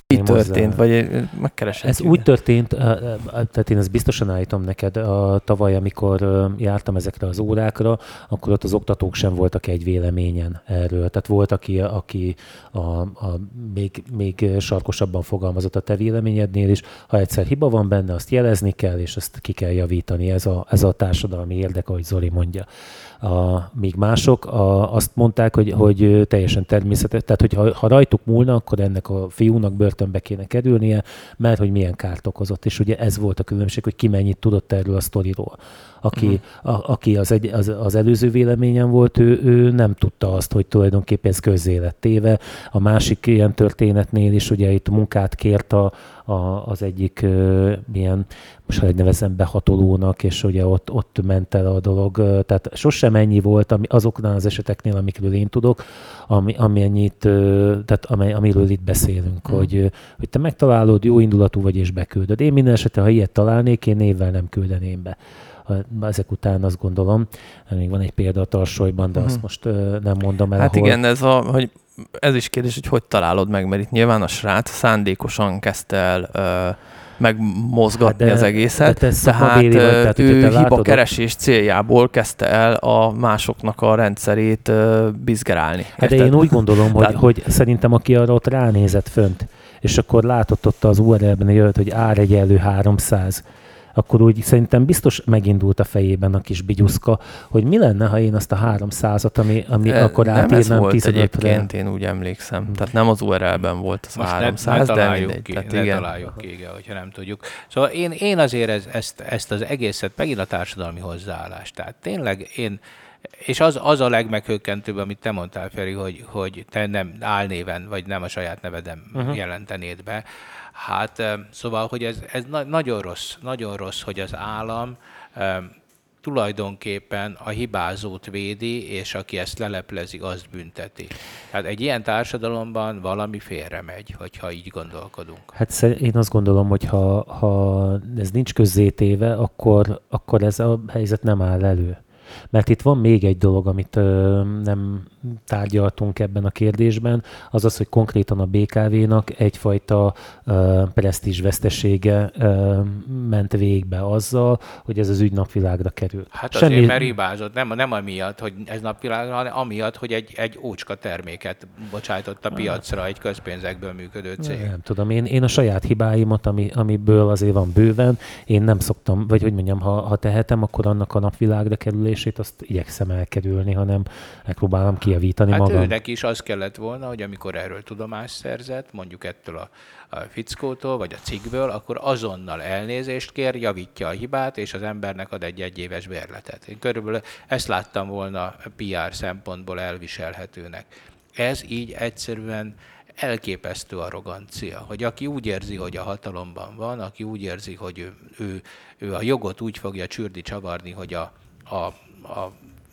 így történt, vagy megkeresem. Ez úgy történt, tehát én ezt biztosan állítom neked, a, tavaly, amikor jártam ezekre az órákra, akkor ott az oktatók sem voltak egy véleményen erről. Tehát volt, aki, aki a, a még, még sarkosabban fogalmazott a te véleményednél is. Ha egyszer hiba van benne, azt jelezni kell, és ezt ki kell javítani. Ez a, ez a társadalmi érdek, ahogy Zoli mondja. A, míg mások a, azt mondták, hogy, hogy teljesen természetes, tehát hogy ha, ha rajtuk múlna, akkor ennek a fiúnak börtönbe kéne kerülnie, mert hogy milyen kárt okozott. És ugye ez volt a különbség, hogy ki mennyit tudott erről a sztoriról. Aki, uh-huh. a, aki az, egy, az, az előző véleményen volt, ő, ő nem tudta azt, hogy tulajdonképpen ez közzé lett téve. A másik ilyen történetnél is ugye itt munkát kért a, a, az egyik uh, milyen, most ha nevezem behatolónak, és ugye ott, ott ment el a dolog. Tehát sosem ennyi volt ami, azoknál az eseteknél, amikről én tudok, ami, ami ennyit, uh, tehát amely, amiről itt beszélünk, uh-huh. hogy, hogy te megtalálod, jó indulatú vagy és beküldöd. Én minden esetre, ha ilyet találnék, én névvel nem küldeném be. Ezek után azt gondolom, még van egy példa a Tarsolyban, de uh-huh. azt most uh, nem mondom el. Hát ahol... igen, ez, a, hogy ez is kérdés, hogy hogy találod meg, mert itt nyilván a srác szándékosan kezdte el uh, megmozgatni hát de, az egészet, de tehát, vagy, tehát ő hiba látod, keresés céljából kezdte el a másoknak a rendszerét uh, bizgerálni. Hát de én úgy gondolom, hogy, tehát... hogy szerintem aki arra ott ránézett fönt, és akkor látott ott az u er el-ben jött, hogy ár egyenlő háromszáz, akkor úgy szerintem biztos megindult a fejében a kis bigyuszka, hogy mi lenne, ha én azt a háromszázat, ami, ami e, akkor átírnám tizenötre. Egyébként én úgy emlékszem. Hmm. Tehát nem az u er el-ben volt az most háromszáz, ne, ne de mindegy. Ki, Tehát ne igen. találjuk ki, igen, hogyha nem tudjuk. Szóval én, én azért ez, ezt, ezt az egészet, megint a társadalmi hozzáállást. Tehát tényleg én, és az, az a legmeghökkentőbb, amit te mondtál, Feri, hogy, hogy te nem álnéven, vagy nem a saját neveden uh-huh. jelentenéd be. Hát szóval, hogy ez, ez nagyon rossz, nagyon rossz, hogy az állam e, tulajdonképpen a hibázót védi, és aki ezt leleplezi, azt bünteti. Tehát egy ilyen társadalomban valami félre megy, hogyha így gondolkodunk. Hát én azt gondolom, hogy ha, ha ez nincs közzétéve, akkor, akkor ez a helyzet nem áll elő. Mert itt van még egy dolog, amit ö, nem tárgyaltunk ebben a kérdésben, az az, hogy konkrétan a bé ká vé-nak egyfajta ö, presztízsvesztesége ö, ment végbe azzal, hogy ez az ügy napvilágra került. Hát azért, Semmi... mert hibázott, nem, nem amiatt, hogy ez napvilágra, hanem amiatt, hogy egy, egy ócska terméket bocsájtott a piacra egy közpénzekből működő cég. Nem tudom, én, én a saját hibáimat, ami, amiből azért van bőven, én nem szoktam, vagy hogy mondjam, ha, ha tehetem, akkor annak a napvilágra kerülését azt igyekszem elkerülni, hanem megpróbálom kijavítani hát magam. Hát őnek is az kellett volna, hogy amikor erről tudomást szerzett, mondjuk ettől a, a fickótól, vagy a cikkből, akkor azonnal elnézést kér, javítja a hibát, és az embernek ad egy egyéves bérletet. Én körülbelül ezt láttam volna pé er szempontból elviselhetőnek. Ez így egyszerűen elképesztő arrogancia, hogy aki úgy érzi, hogy a hatalomban van, aki úgy érzi, hogy ő, ő, ő a jogot úgy fogja csürdi csavarni, hogy a, a, a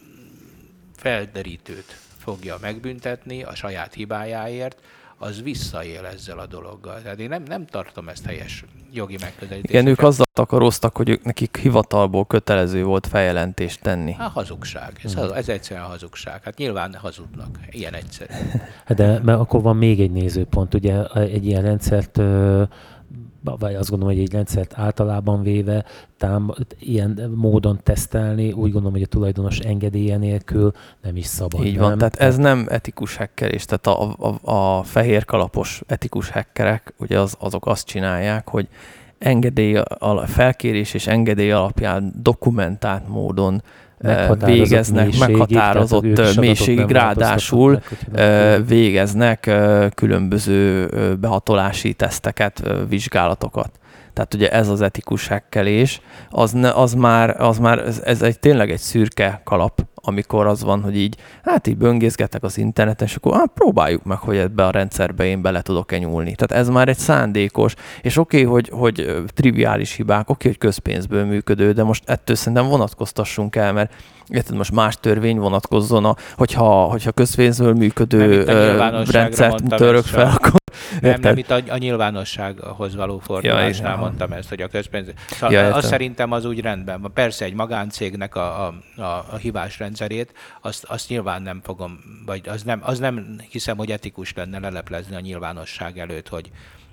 felderítőt fogja megbüntetni a saját hibájáért, az visszaél ezzel a dologgal. Tehát én nem, nem tartom ezt helyes jogi megközelítésnek. Igen, ők azzal takaroztak, hogy ők, nekik hivatalból kötelező volt feljelentést tenni. Hát hazugság. Ez, hmm. ez egyszerűen hazugság. Hát nyilván hazudnak. Ilyen egyszerű. De mert akkor van még egy nézőpont. Ugye egy ilyen rendszert, vagy azt gondolom, hogy egy rendszert általában véve tám, ilyen módon tesztelni, úgy gondolom, hogy a tulajdonos engedélye nélkül nem is szabad. Így van, nem? tehát ez nem etikus hackerés, tehát a, a, a fehér kalapos etikus hackerek, ugye az, azok azt csinálják, hogy engedély, felkérés és engedély alapján dokumentált módon végeznek, mélységig, meghatározott mélységig, ráadásul meg, végeznek különböző behatolási teszteket, vizsgálatokat. Tehát ugye ez az etikus hekkelés, az, ne, az már, az már ez, ez egy, tényleg egy szürke kalap, amikor az van, hogy így, hát így böngészgetek az interneten, és akkor hát próbáljuk meg, hogy ebbe a rendszerbe én bele tudok-e nyúlni. Tehát ez már egy szándékos, és oké, okay, hogy, hogy triviális hibák, oké, okay, hogy közpénzből működő, de most ettől szerintem vonatkoztassunk el, mert érted, most más törvény vonatkozzon, a, hogyha, hogyha közpénzből működő rendszert török fel, akkor... Nem, nem, itt a, a nyilvánossághoz való fordulásnál ja, mondtam ezt, hogy a közpénz... Szóval ja, azt szerintem az úgy rendben van. Persze egy magáncégnek a, a, a, a hibás rendszerét, azt, azt nyilván nem fogom, vagy az nem, az nem hiszem, hogy etikus lenne leleplezni a nyilvánosság előtt, hogy,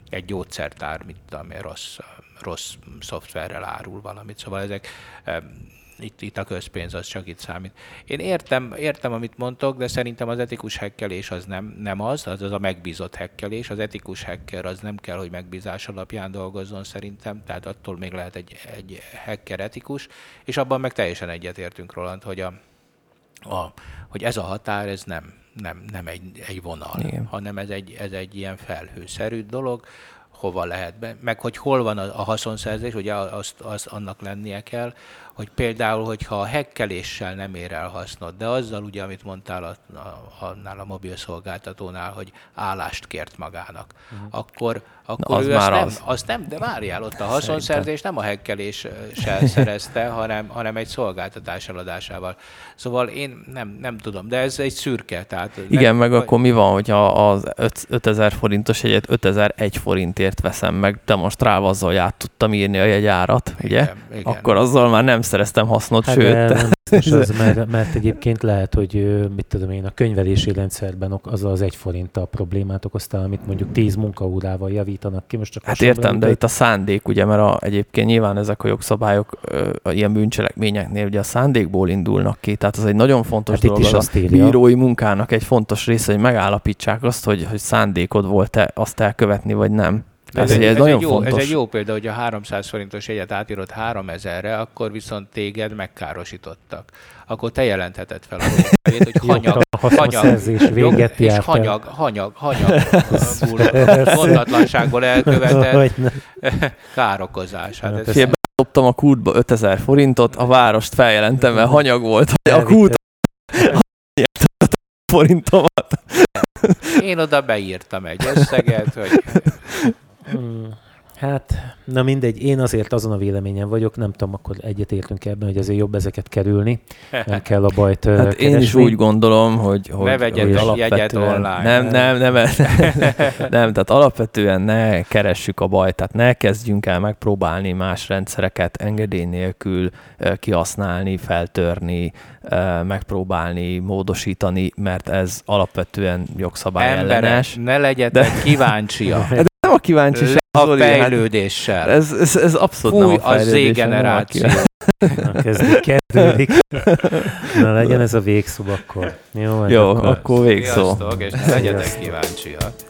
egy gyógyszertár, mit tudom, rossz, rossz szoftverrel árul valamit. Szóval ezek, itt, itt a közpénz az csak itt számít. Én értem, értem, amit mondtok, de szerintem az etikus hekkelés az nem, nem az, az az a megbízott hekkelés. Az etikus hacker az nem kell, hogy megbízás alapján dolgozzon szerintem, tehát attól még lehet egy, egy hacker etikus, és abban meg teljesen egyetértünk, Roland, hogy, a, a, hogy ez a határ, ez nem, nem, nem egy, egy vonal, igen, hanem ez egy, ez egy ilyen felhőszerű dolog, hova lehet be, meg hogy hol van a, a haszonszerzés, ugye azt, azt annak lennie kell, hogy például, hogyha a hekkeléssel nem ér el hasznot, de azzal ugye, amit mondtál a, a, annál a mobil szolgáltatónál, hogy állást kért magának, uh-huh. akkor, akkor az ő már azt, az. Nem, azt nem, de várjál, ott a haszonszerzés nem a hekkeléssel szerezte, hanem, hanem egy szolgáltatás eladásával. Szóval én nem, nem tudom, de ez egy szürke. Tehát igen, nem, meg vagy... akkor mi van, hogyha az ötezer forintos jegyet ötezer-egy forintért veszem meg, demonstrálva azzal, hogy át tudtam írni a jegyárat, ugye? Igen, igen. Akkor azzal már nem szereztem hasznot, hát sőt. Nem biztos az, mert, mert egyébként lehet, hogy mit tudom én, a könyvelési rendszerben az az egy forinttal problémát okoztál, amit mondjuk tíz munkaórával javítanak ki. Most csak hát értem, de itt a szándék, ugye, mert a, egyébként nyilván ezek a jogszabályok ö, a ilyen bűncselekményeknél ugye a szándékból indulnak ki, tehát az egy nagyon fontos hát dolog. Itt is az azt írja. Bírói munkának egy fontos része, hogy megállapítsák azt, hogy, hogy szándékod volt-e azt elkövetni, vagy nem. Ez, ez, egy, ez, ez, nagyon egy jó, fontos. ez egy jó példa, hogy a háromszáz forintos jegyet átírod háromezerre, akkor viszont téged megkárosítottak. Akkor te jelentheted fel a munkáját, hogy hanyag, hanyag, véget és hanyag, hanyag, hanyag, gondatlanságból elkövetett károkozás. Hát ez Bedobtam a kútba ötezer forintot, a várost feljelentem, mert hanyag volt. A kút forintomat. Én oda beírtam egy összeget, hogy... Hát, na mindegy, én azért azon a véleményen vagyok, nem tudom, akkor egyetértünk ebben, hogy azért jobb ezeket kerülni, nem kell a bajt hát keresni. Én is úgy gondolom, hogy, hogy, ne vegyetek hogy jegyet online. Nem, nem, nem, nem, nem, tehát alapvetően ne keressük a bajt, tehát ne kezdjünk el megpróbálni más rendszereket engedély nélkül kihasználni, feltörni, megpróbálni, módosítani, mert ez alapvetően jogszabály ellenes. Ne legyetek de... kíváncsiak. Nem a kíváncsiság. A fejlődéssel. Ez, ez, ez abszolút Fúj, nem a fejlődés. Fúj, a Z-generáció. Na, kezdődik, kezdődik. Na, legyen ez a végszó akkor. Jó, Jó akkor, akkor végszó. Sziasztok, és ne legyetek kíváncsiak.